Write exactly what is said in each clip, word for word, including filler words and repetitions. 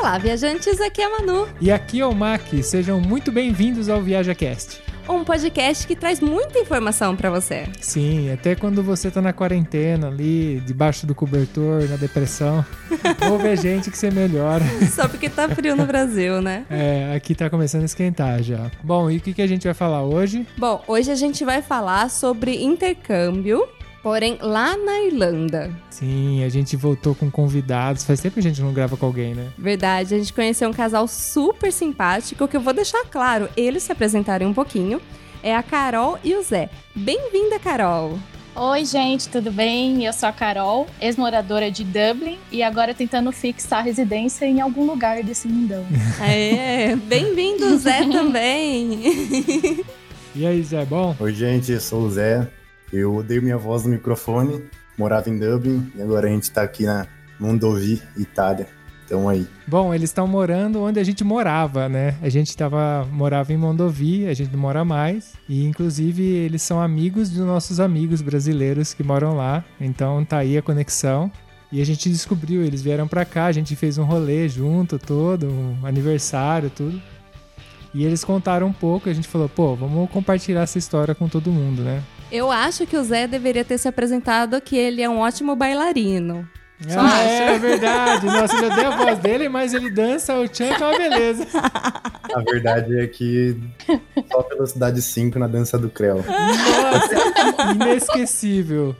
Olá, viajantes, aqui é a Manu. E aqui é o Mac, sejam muito bem-vindos ao ViajaCast. Um podcast que traz muita informação pra você. Sim, até quando você tá na quarentena ali, debaixo do cobertor, na depressão, ouve a gente que você melhora. Só porque tá frio no Brasil, né? É, aqui tá começando a esquentar já. Bom, e o que, que a gente vai falar hoje? Bom, hoje a gente vai falar sobre intercâmbio, porém lá na Irlanda. Sim, a gente voltou com convidados. Faz tempo que a gente não grava com alguém, né? Verdade, a gente conheceu um casal super simpático, que eu vou deixar claro, eles se apresentarem um pouquinho. É a Carol e o Zé. Bem-vinda, Carol! Oi, gente, tudo bem? Eu sou a Carol, ex-moradora de Dublin e agora tentando fixar residência em algum lugar desse mundão. É, bem-vindo, Zé, também! E aí, Zé, bom? Oi, gente, eu sou o Zé. Eu odeio minha voz no microfone, morava em Dublin e agora a gente tá aqui na Mondovì, Itália. Então aí. Bom, eles estão morando onde a gente morava, né? A gente tava, morava em Mondovì, a gente não mora mais. E, inclusive, eles são amigos dos nossos amigos brasileiros que moram lá. Então, tá aí a conexão. E a gente descobriu, eles vieram pra cá, a gente fez um rolê junto, todo, um aniversário, tudo. E eles contaram um pouco, a gente falou, pô, vamos compartilhar essa história com todo mundo, né? Eu acho que o Zé deveria ter se apresentado que ele é um ótimo bailarino. Só ah, acho. É verdade. Nossa, eu odeio a voz dele, mas ele dança o tchan que é uma beleza. A verdade é que só velocidade cinco na dança do Creu. Nossa, inesquecível.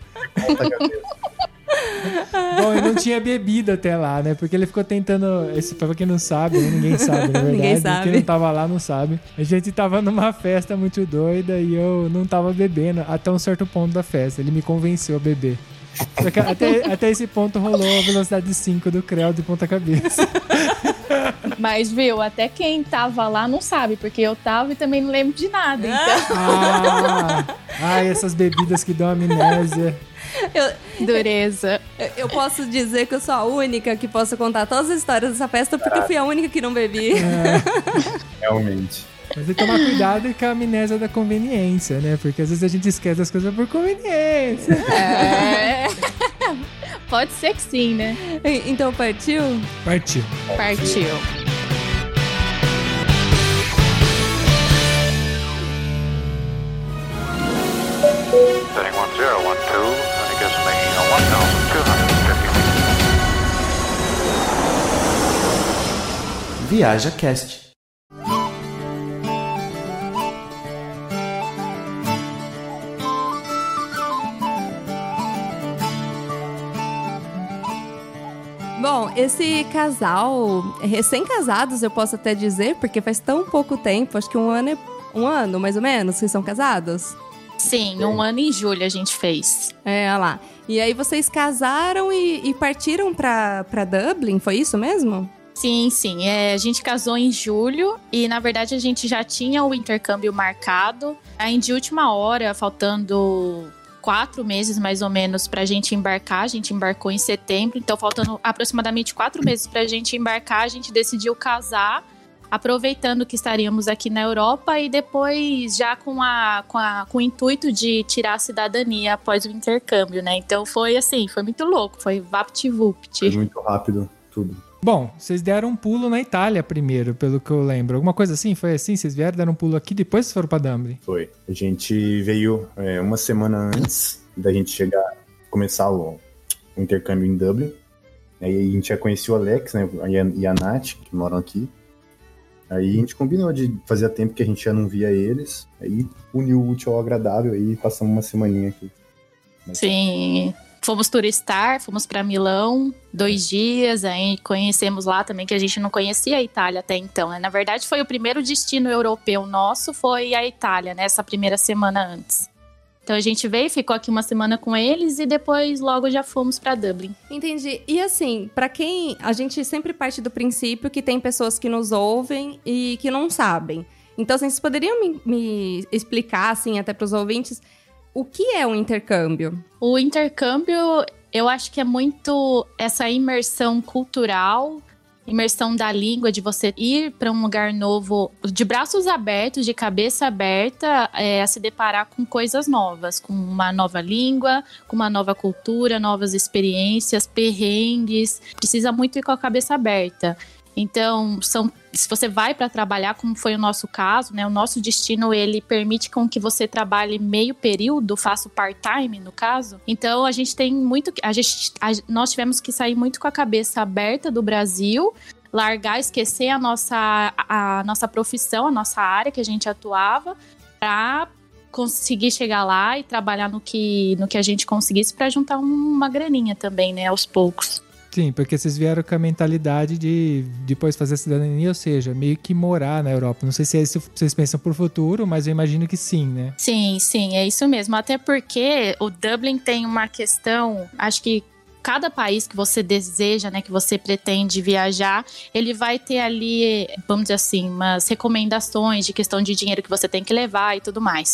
Bom, eu não tinha bebido até lá, né? Porque ele ficou tentando... Esse, pra quem não sabe, né? Ninguém sabe, na verdade. Ninguém sabe. Quem não tava lá não sabe. A gente tava numa festa muito doida e eu não tava bebendo até um certo ponto da festa. Ele me convenceu a beber. Até, até esse ponto rolou a velocidade cinco do Creu de ponta cabeça. Mas, viu, até quem tava lá não sabe, porque eu tava e também não lembro de nada, então... Ah, ai, essas bebidas que dão amnésia. Eu, Dureza. Eu, eu posso dizer que eu sou a única que posso contar todas as histórias dessa festa, porque eu fui a única que não bebi. É. Realmente. Mas tem que tomar cuidado com a amnésia da conveniência, né? Porque às vezes a gente esquece as coisas por conveniência. É. Pode ser que sim, né? Então partiu? Partiu. Partiu. Setting one zero one two, and it gives me a one thousand two hundred fifty feet. ViajaCast. Bom, esse casal, recém-casados, eu posso até dizer, porque faz tão pouco tempo, acho que um ano, um ano mais ou menos, que são casados. Sim, um ano em julho a gente fez. É, olha lá. E aí vocês casaram e, e partiram pra, pra Dublin, foi isso mesmo? Sim, sim. É, a gente casou em julho e, na verdade, a gente já tinha o intercâmbio marcado. Aí, de última hora, faltando quatro meses, mais ou menos, pra gente embarcar. A gente embarcou em setembro, então faltando aproximadamente quatro meses pra gente embarcar, a gente decidiu casar, aproveitando que estaríamos aqui na Europa e depois já com, a, com, a, com o intuito de tirar a cidadania após o intercâmbio, né? Então foi assim, foi muito louco, foi vapt-vupt. Foi muito rápido tudo. Bom, vocês deram um pulo na Itália primeiro, pelo que eu lembro. Alguma coisa assim? Foi assim? Vocês vieram, deram um pulo aqui, depois vocês foram pra Dublin? Foi. A gente veio é, uma semana antes da gente chegar, começar o, o intercâmbio em Dublin. Aí a gente já conhecia o Alex, né, e a Nath, que moram aqui. Aí a gente combinou de fazer tempo que a gente já não via eles. Aí uniu o útil ao agradável e passamos uma semaninha aqui. Sim, fomos turistar, fomos para Milão, dois dias, aí conhecemos lá também, que a gente não conhecia a Itália até então, né? Na verdade, foi o primeiro destino europeu nosso, foi a Itália, né? Essa primeira semana antes. Então a gente veio, ficou aqui uma semana com eles e depois logo já fomos para Dublin. Entendi. E assim, pra quem... A gente sempre parte do princípio que tem pessoas que nos ouvem e que não sabem. Então, assim, vocês poderiam me, me explicar, assim, até pros ouvintes... O que é um intercâmbio? O intercâmbio, eu acho que é muito essa imersão cultural, imersão da língua, de você ir para um lugar novo, de braços abertos, de cabeça aberta, é, a se deparar com coisas novas, com uma nova língua, com uma nova cultura, novas experiências, perrengues. Precisa muito ir com a cabeça aberta. Então, são, se você vai para trabalhar, como foi o nosso caso, né? O nosso destino, ele permite com que você trabalhe meio período, faça o part-time, no caso. Então, a gente tem muito... A gente, a, nós tivemos que sair muito com a cabeça aberta do Brasil, largar, esquecer a nossa, a, a nossa profissão, a nossa área que a gente atuava, para conseguir chegar lá e trabalhar no que, no que a gente conseguisse para juntar uma graninha também, né? Aos poucos. Sim, porque vocês vieram com a mentalidade de depois fazer a cidadania, ou seja, meio que morar na Europa. Não sei se é isso que vocês pensam pro futuro, mas eu imagino que sim, né? Sim, sim, é isso mesmo. Até porque o Dublin tem uma questão, acho que cada país que você deseja, né, que você pretende viajar, ele vai ter ali, vamos dizer assim, umas recomendações de questão de dinheiro que você tem que levar e tudo mais.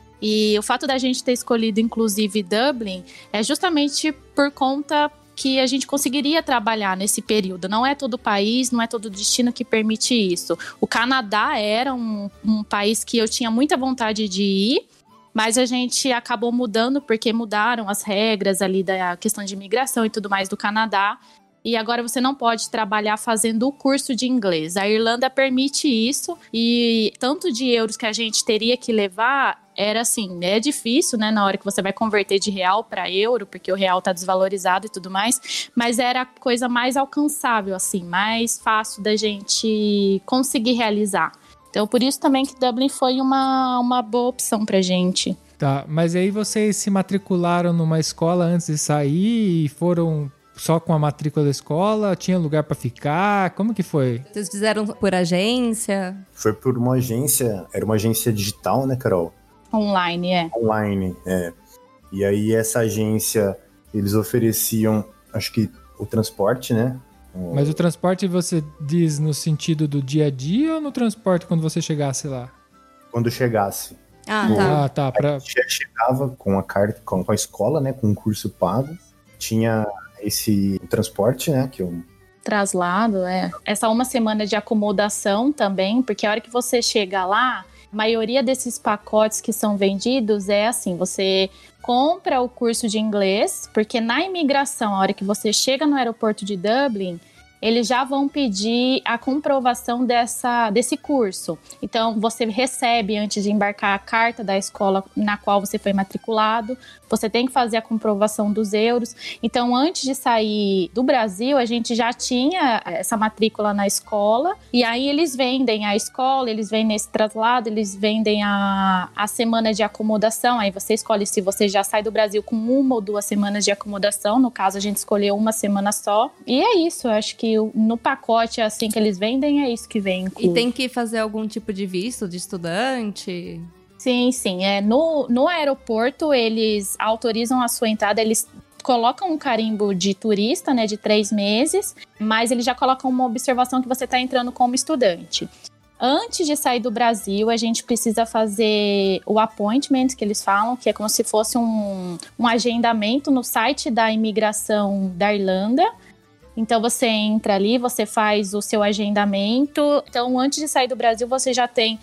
E o fato da gente ter escolhido, inclusive, Dublin, é justamente por conta que a gente conseguiria trabalhar nesse período. Não é todo país, não é todo destino que permite isso. O Canadá era um, um país que eu tinha muita vontade de ir, mas a gente acabou mudando porque mudaram as regras ali da questão de imigração e tudo mais do Canadá. E agora você não pode trabalhar fazendo o curso de inglês. A Irlanda permite isso e tanto de euros que a gente teria que levar era assim, é difícil, né, na hora que você vai converter de real para euro, porque o real tá desvalorizado e tudo mais, mas era a coisa mais alcançável, assim, mais fácil da gente conseguir realizar. Então, por isso também que Dublin foi uma, uma boa opção pra gente. Tá, mas aí vocês se matricularam numa escola antes de sair e foram só com a matrícula da escola? Tinha lugar pra ficar? Como que foi? Vocês fizeram por agência? Foi por uma agência, era uma agência digital, né, Carol? Online, é. Online, é. E aí essa agência, eles ofereciam, acho que o transporte, né? Mas o transporte você diz no sentido do dia a dia ou no transporte quando você chegasse lá? Quando chegasse. Ah, No- tá. Ah, tá. Pra... A gente já chegava com a carta, com a escola, né? Com um curso pago. Tinha esse transporte, né? Que eu Traslado, é. Essa uma semana de acomodação também, porque a hora que você chega lá, a maioria desses pacotes que são vendidos é assim, você compra o curso de inglês, porque na imigração, a hora que você chega no aeroporto de Dublin, eles já vão pedir a comprovação dessa, desse curso. Então, você recebe, antes de embarcar, a carta da escola na qual você foi matriculado. Você tem que fazer a comprovação dos euros. Então, antes de sair do Brasil, a gente já tinha essa matrícula na escola. E aí, eles vendem a escola, eles vendem esse traslado, eles vendem a, a semana de acomodação. Aí, você escolhe se você já sai do Brasil com uma ou duas semanas de acomodação. No caso, a gente escolheu uma semana só. E é isso, eu acho que no pacote, assim, que eles vendem, é isso que vem incluso. E tem que fazer algum tipo de visto de estudante? Sim, sim. É, no, no aeroporto, eles autorizam a sua entrada, eles colocam um carimbo de turista, né, de três meses, mas eles já colocam uma observação que você está entrando como estudante. Antes de sair do Brasil, a gente precisa fazer o appointment, que eles falam, que é como se fosse um, um agendamento no site da imigração da Irlanda. Então, você entra ali, você faz o seu agendamento. Então, antes de sair do Brasil, você já tem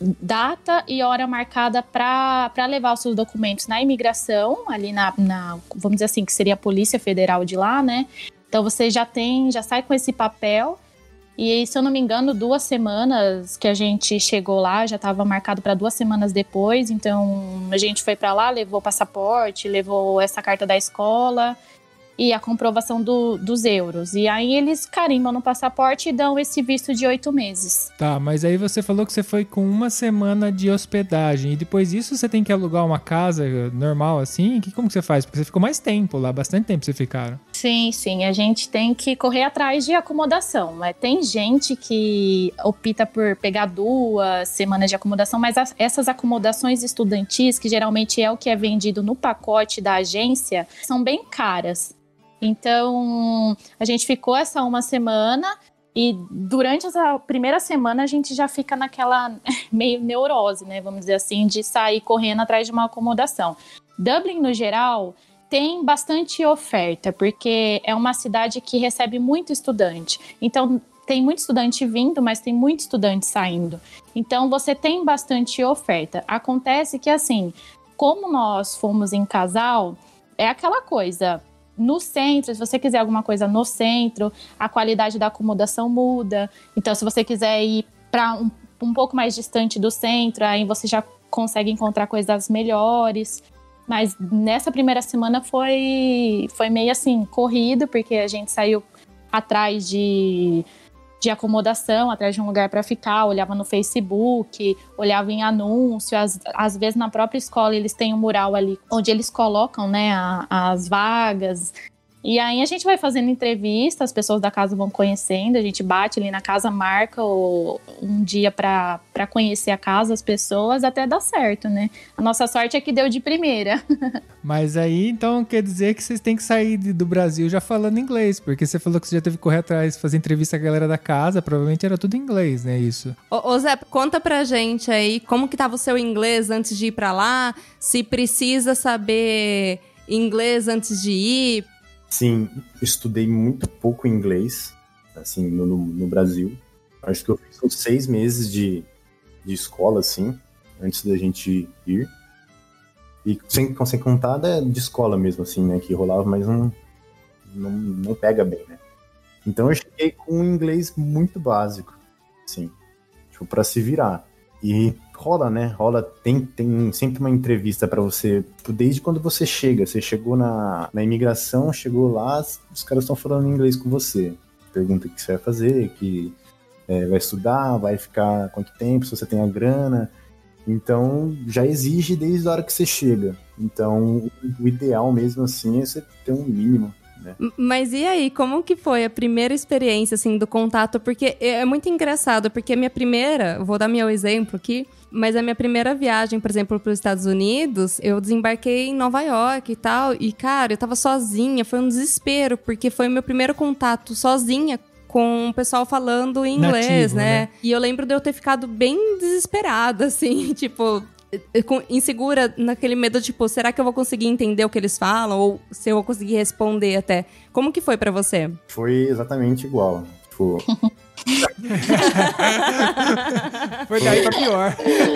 data e hora marcada para levar os seus documentos na imigração, ali na, na, vamos dizer assim, que seria a Polícia Federal de lá, né? Então, você já tem, já sai com esse papel. E, se eu não me engano, duas semanas que a gente chegou lá, já estava marcado para duas semanas depois. Então, a gente foi para lá, levou o passaporte, levou essa carta da escola e a comprovação do, dos euros. E aí eles carimbam no passaporte e dão esse visto de oito meses. Tá, mas aí você falou que você foi com uma semana de hospedagem. E depois disso você tem que alugar uma casa normal assim? Que, como que você faz? Porque você ficou mais tempo lá, bastante tempo vocês ficaram. Sim, sim. A gente tem que correr atrás de acomodação. Né? Tem gente que opta por pegar duas semanas de acomodação, mas as, essas acomodações estudantis, que geralmente é o que é vendido no pacote da agência, são bem caras. Então, a gente ficou essa uma semana e durante essa primeira semana a gente já fica naquela meio neurose, né? Vamos dizer assim, de sair correndo atrás de uma acomodação. Dublin, no geral, tem bastante oferta, porque é uma cidade que recebe muito estudante. Então, tem muito estudante vindo, mas tem muito estudante saindo. Então, você tem bastante oferta. Acontece que, assim, como nós fomos em casal, é aquela coisa... no centro, se você quiser alguma coisa no centro, a qualidade da acomodação muda. Então, se você quiser ir para um, um pouco mais distante do centro, aí você já consegue encontrar coisas melhores. Mas nessa primeira semana foi, foi meio assim, corrido, porque a gente saiu atrás de, de acomodação, atrás de um lugar para ficar, olhava no Facebook, olhava em anúncio, às, às vezes na própria escola eles têm um mural ali onde eles colocam, né, a, as vagas. E aí a gente vai fazendo entrevista, as pessoas da casa vão conhecendo, a gente bate ali na casa, marca o, um dia pra, pra conhecer a casa, as pessoas, até dar certo, né? A nossa sorte é que deu de primeira. Mas aí, então, quer dizer que vocês têm que sair de, do Brasil já falando inglês, porque você falou que você já teve que correr atrás, fazer entrevista com a galera da casa, provavelmente era tudo em inglês, né, isso? Ô, ô Zé, conta pra gente aí como que tava o seu inglês antes de ir pra lá, se precisa saber inglês antes de ir. Sim, estudei muito pouco inglês, assim, no, no, no Brasil. Acho que eu fiz uns seis meses de, de escola, assim, antes da gente ir. E sem, sem contar de escola mesmo, assim, né, que rolava, mas não, não, não pega bem, né. Então eu cheguei com um inglês muito básico, assim, tipo, pra se virar. E rola, né? Rola, tem, tem sempre uma entrevista pra você, desde quando você chega. Você chegou na, na imigração, chegou lá, os caras estão falando inglês com você. Pergunta o que você vai fazer, que é, vai estudar, vai ficar quanto tempo, se você tem a grana. Então, já exige desde a hora que você chega. Então, o ideal mesmo assim é você ter um mínimo. Né? Mas e aí, como que foi a primeira experiência, assim, do contato? Porque é muito engraçado, porque a minha primeira, vou dar meu exemplo aqui, mas a minha primeira viagem, por exemplo, para os Estados Unidos, eu desembarquei em Nova York e tal, e, cara, eu tava sozinha, foi um desespero, porque foi o meu primeiro contato sozinha com o pessoal falando em inglês, Nativo, né? né? E eu lembro de eu ter ficado bem desesperada, assim, tipo... insegura, naquele medo, tipo, será que eu vou conseguir entender o que eles falam? Ou se eu vou conseguir responder até. Como que foi pra você? Foi exatamente igual. Tipo... Foi daí pra pior.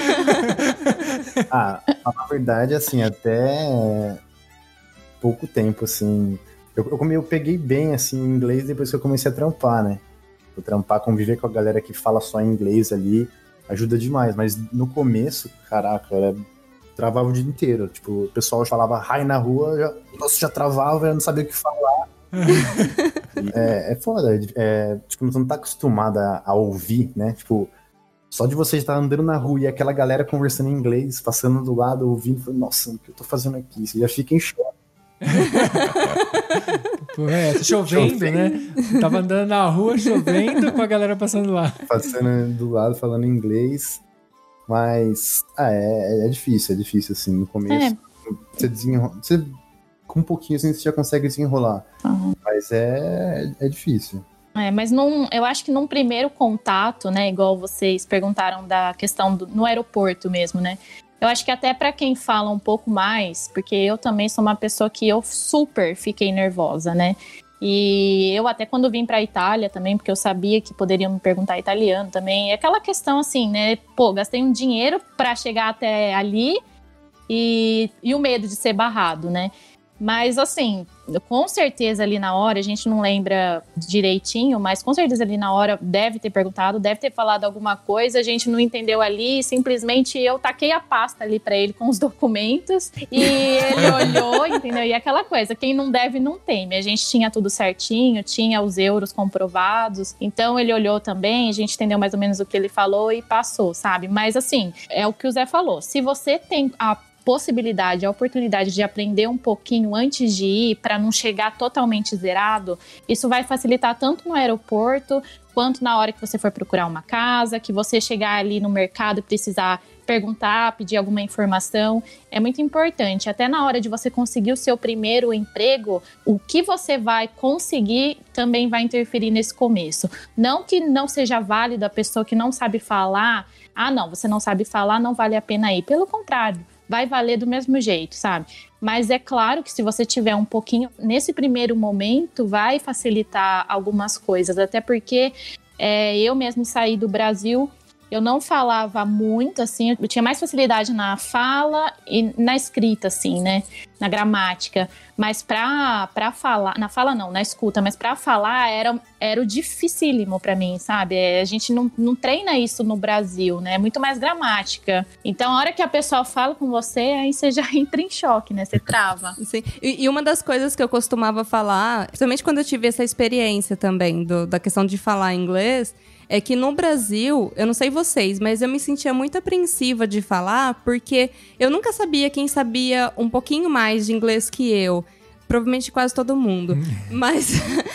Ah, na verdade, assim, até pouco tempo, assim... Eu, eu, eu peguei bem, assim, o inglês depois que eu comecei a trampar, né? Eu trampar, conviver com a galera que fala só inglês ali... ajuda demais, mas no começo, caraca, era... travava o dia inteiro. Tipo, o pessoal falava hi na rua, já... nossa, já travava, eu não sabia o que falar. é, é foda, é, tipo, você não tá acostumado a, a ouvir, né? Tipo, só de você estar andando na rua e aquela galera conversando em inglês, passando do lado, ouvindo, nossa, o que eu tô fazendo aqui? Você já fica em choque. Pô, é, chovendo, chovendo, né? Tava andando na rua, chovendo, com a galera passando lá. Passando do lado, falando inglês. Mas, ah, é, é difícil, é difícil, assim, no começo. É. Você desenrola... Você, com um pouquinho, assim, você já consegue desenrolar. Uhum. Mas é, é difícil. É, mas num, eu acho que num primeiro contato, né, igual vocês perguntaram da questão do, no aeroporto mesmo, né? Eu acho que até para quem fala um pouco mais, porque eu também sou uma pessoa que eu super fiquei nervosa, né? E eu até quando vim pra Itália também, porque eu sabia que poderiam me perguntar italiano também, é aquela questão assim, né? Pô, gastei um dinheiro para chegar até ali e, e o medo de ser barrado, né? Mas assim, com certeza ali na hora, a gente não lembra direitinho, mas com certeza ali na hora deve ter perguntado, deve ter falado alguma coisa, a gente não entendeu ali, simplesmente eu taquei a pasta ali pra ele com os documentos e ele olhou, entendeu? E aquela coisa, quem não deve não teme, a gente tinha tudo certinho, tinha os euros comprovados, então ele olhou também, a gente entendeu mais ou menos o que ele falou e passou, sabe? Mas assim, é o que o Zé falou, se você tem a possibilidade, a oportunidade de aprender um pouquinho antes de ir, para não chegar totalmente zerado, isso vai facilitar tanto no aeroporto, quanto na hora que você for procurar uma casa, que você chegar ali no mercado e precisar perguntar, pedir alguma informação, é muito importante. Até na hora de você conseguir o seu primeiro emprego, o que você vai conseguir também vai interferir nesse começo. Não que não seja válido a pessoa que não sabe falar, ah não, você não sabe falar, não vale a pena ir. Pelo contrário, vai valer do mesmo jeito, sabe? Mas é claro que se você tiver um pouquinho, nesse primeiro momento, vai facilitar algumas coisas, até porque é, eu mesmo saí do Brasil eu não falava muito, assim, eu tinha mais facilidade na fala e na escrita, assim, né? Na gramática. Mas pra, pra falar, na fala não, na escuta, mas pra falar era, era o dificílimo pra mim, sabe? É, a gente não, não treina isso no Brasil, né? É muito mais gramática. Então, a hora que a pessoa fala com você, aí você já entra em choque, né? Você trava. Sim. E, e uma das coisas que eu costumava falar, principalmente quando eu tive essa experiência também, do, da questão de falar inglês, é que no Brasil, eu não sei vocês, mas eu me sentia muito apreensiva de falar, porque eu nunca sabia quem sabia um pouquinho mais de inglês que eu. Provavelmente quase todo mundo. Mas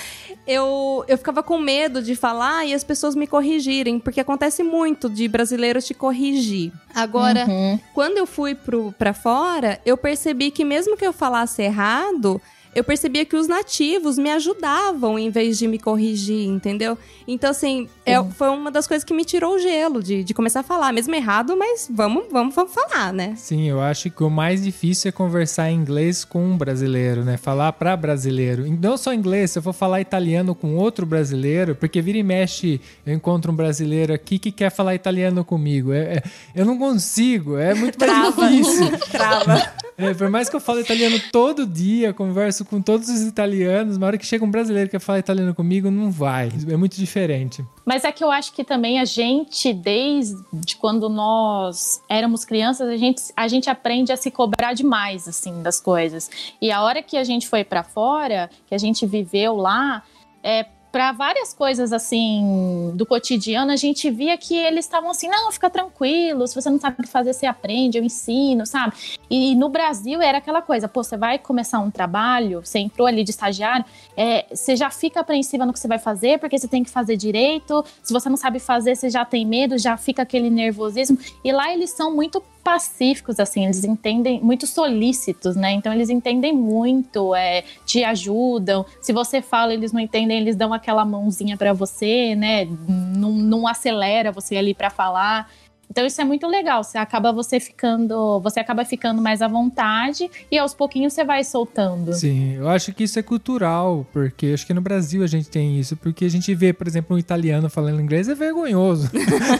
eu, eu ficava com medo de falar e as pessoas me corrigirem, porque acontece muito de brasileiros te corrigir. Agora, uhum. quando eu fui pro, pra fora, eu percebi que mesmo que eu falasse errado, eu percebia que os nativos me ajudavam em vez de me corrigir, entendeu? Então, assim, é, foi uma das coisas que me tirou o gelo de, de começar a falar. Mesmo errado, mas vamos, vamos, vamos falar, né? Sim, eu acho que o mais difícil é conversar em inglês com um brasileiro, né? Falar pra brasileiro. Não só inglês, se eu for falar italiano com outro brasileiro, porque vira e mexe, eu encontro um brasileiro aqui que quer falar italiano comigo. É, é, eu não consigo, é muito mais Trava. difícil. Trava. É, por mais que eu fale italiano todo dia, converso com todos os italianos, na hora que chega um brasileiro que quer falar italiano comigo, não vai. É muito diferente. Mas é que eu acho que também a gente, desde quando nós éramos crianças, a gente, a gente aprende a se cobrar demais, assim, das coisas. E a hora que a gente foi pra fora, que a gente viveu lá, é... para várias coisas, assim, do cotidiano, a gente via que eles estavam assim, não, fica tranquilo, se você não sabe fazer, você aprende, eu ensino, sabe? E no Brasil era aquela coisa, pô, você vai começar um trabalho, você entrou ali de estagiário, é, você já fica apreensiva no que você vai fazer, porque você tem que fazer direito, se você não sabe fazer, você já tem medo, já fica aquele nervosismo, e lá eles são muito pacíficos, assim, eles entendem, muito solícitos, né? Então eles entendem muito, é, te ajudam. Se você fala, eles não entendem, eles dão aquela mãozinha pra você, né? Não, não acelera você ali pra falar. Então isso é muito legal, você acaba você ficando, você acaba ficando mais à vontade e aos pouquinhos você vai soltando. Sim, eu acho que isso é cultural, porque acho que no Brasil a gente tem isso, porque a gente vê, por exemplo, um italiano falando inglês é vergonhoso.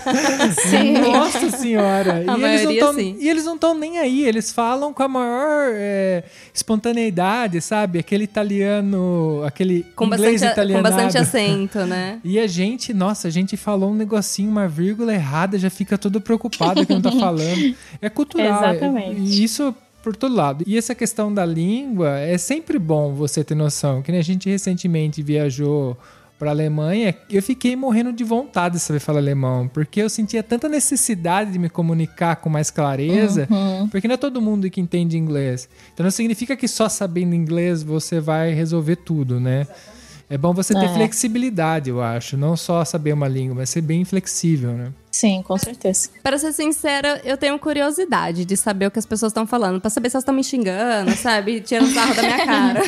Sim. Nossa senhora. A e, eles maioria, não tão, sim. e eles não estão nem aí, eles falam com a maior é, espontaneidade, sabe? Aquele italiano, aquele Com inglês bastante, italianado. com bastante acento, né? E a gente, nossa, a gente falou um negocinho, uma vírgula errada, já fica todo preocupado que não tá falando. É cultural. Exatamente. É, e isso por todo lado. E essa questão da língua, é sempre bom você ter noção. Que nem a gente recentemente viajou pra Alemanha, eu fiquei morrendo de vontade de saber falar alemão, porque eu sentia tanta necessidade de me comunicar com mais clareza, Uhum. porque não é todo mundo que entende inglês. Então não significa que só sabendo inglês você vai resolver tudo, né? É bom você ter É. flexibilidade, eu acho. Não só saber uma língua, mas ser bem flexível, né? Sim, com certeza. Para ser sincera, eu tenho curiosidade de saber o que as pessoas estão falando, pra saber se elas estão me xingando, sabe? Tirando sarro da minha cara.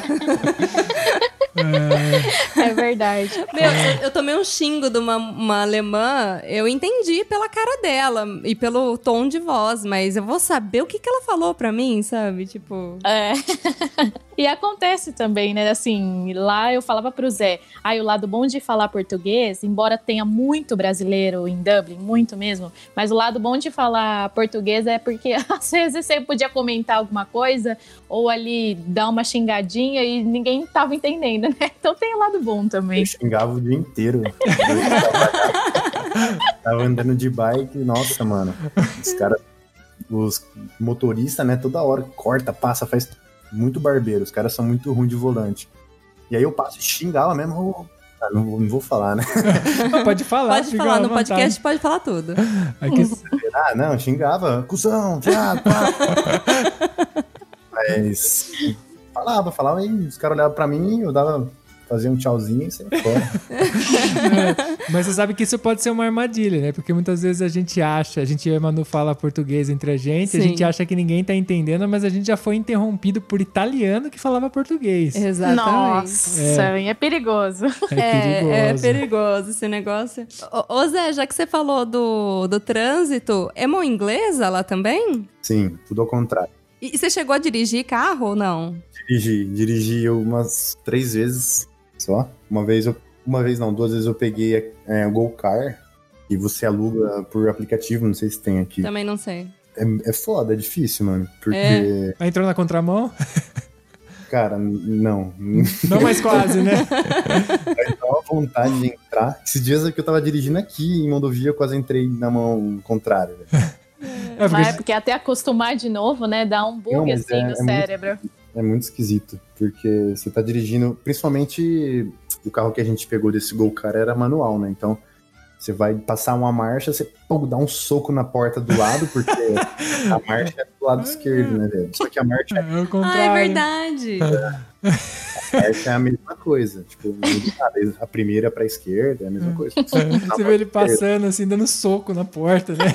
É verdade. Meu, eu, eu tomei um xingo de uma, uma alemã, eu entendi pela cara dela e pelo tom de voz, mas eu vou saber o que, que ela falou pra mim, sabe? Tipo... É. E acontece também, né? Assim, lá eu falava pro Zé, aí o lado bom de falar português, embora tenha muito brasileiro em Dublin, muito mesmo, mas o lado bom de falar português é porque às vezes você podia comentar alguma coisa ou ali dar uma xingadinha e ninguém tava entendendo, né? Então tem o lado bom também. Eu xingava o dia inteiro. Tava andando de bike, nossa, mano. Os caras, os motoristas, né, toda hora corta, passa, faz muito barbeiro. Os caras são muito ruins de volante. E aí eu passo e xingava mesmo. Oh, ah, não, não vou falar, né? Pode falar. Pode falar, no podcast pode falar tudo. Aqui... Ah, não, xingava. Cusão, viado, pá. Mas falava, falava, e os caras olhavam pra mim, eu dava, fazia um tchauzinho e saia fora. É, mas você sabe que isso pode ser uma armadilha, né? Porque muitas vezes a gente acha, a gente e a Manu fala português entre a gente, Sim. a gente acha que ninguém tá entendendo, mas a gente já foi interrompido por italiano que falava português. Exatamente. Nossa, é, é perigoso. É perigoso. É, é perigoso esse negócio. Ô, ô Zé, já que você falou do, do trânsito, é mão inglesa lá também? Sim, tudo ao contrário. E você chegou a dirigir carro ou não? Dirigi, dirigi umas três vezes só. Uma vez, eu, uma vez não, duas vezes eu peguei é, Gol Car e você aluga por aplicativo, não sei se tem aqui. Também não sei. É, é foda, é difícil, mano. Porque. É. Entrou na contramão? Cara, não. Não, mas quase, né? Mas dá uma vontade de entrar. Esses dias é que eu tava dirigindo aqui em Mondovia, eu quase entrei na mão contrária. É, porque... é porque até acostumar de novo, né? Dá um bug não, assim é, no é cérebro. Muito, é muito esquisito, porque você tá dirigindo, principalmente o carro que a gente pegou desse Gol Car era manual, né? Então você vai passar uma marcha, você pô, dá um soco na porta do lado, porque a marcha é do lado esquerdo, né, velho? Só que a marcha é o contrário. Ah, é verdade. A marcha é a mesma coisa. Tipo, a primeira pra esquerda é a mesma coisa. É, você vê ele passando assim, dando soco na porta, né?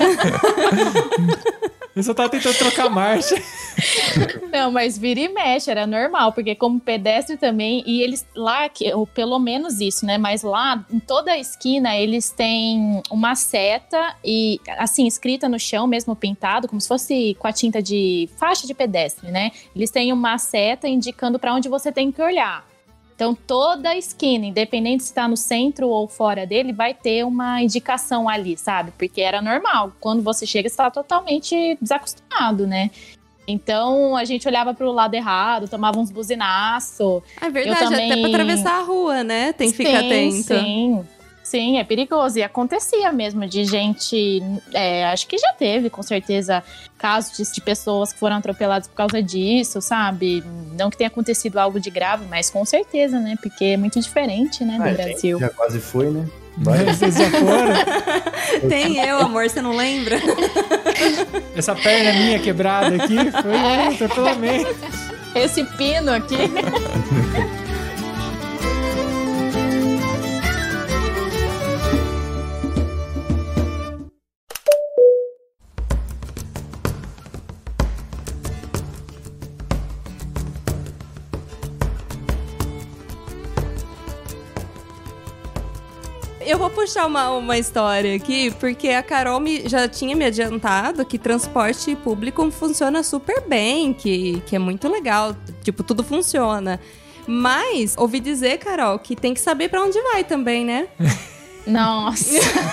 Eu só tava tentando trocar marcha. Não, mas vira e mexe, era normal, porque como pedestre também, e eles lá, ou pelo menos isso, né? Mas lá, em toda a esquina, eles têm uma seta, e assim, escrita no chão, mesmo pintado, como se fosse com a tinta de faixa de pedestre, né? Eles têm uma seta indicando pra onde você tem que olhar. Então, toda a esquina, independente se está no centro ou fora dele, vai ter uma indicação ali, sabe? Porque era normal. Quando você chega, você está totalmente desacostumado, né? Então, a gente olhava para o lado errado, tomava uns buzinaços. É verdade, também... até para atravessar a rua, né? Tem que sim, ficar atento. Sim, sim, é perigoso. E acontecia mesmo de gente... É, acho que já teve, com certeza, casos de, de pessoas que foram atropeladas por causa disso, sabe? Não que tenha acontecido algo de grave, mas com certeza, né? Porque é muito diferente, né, do ah, Brasil. Já quase foi, né? Vocês já foram? Tem eu, amor, você não lembra? Essa perna minha quebrada aqui foi um atropelamento. Esse pino aqui... Eu vou puxar uma, uma história aqui, porque a Carol me, já tinha me adiantado que transporte público funciona super bem, que, que é muito legal, tipo, tudo funciona. Mas, ouvi dizer, Carol, que tem que saber pra onde vai também, né? Nossa!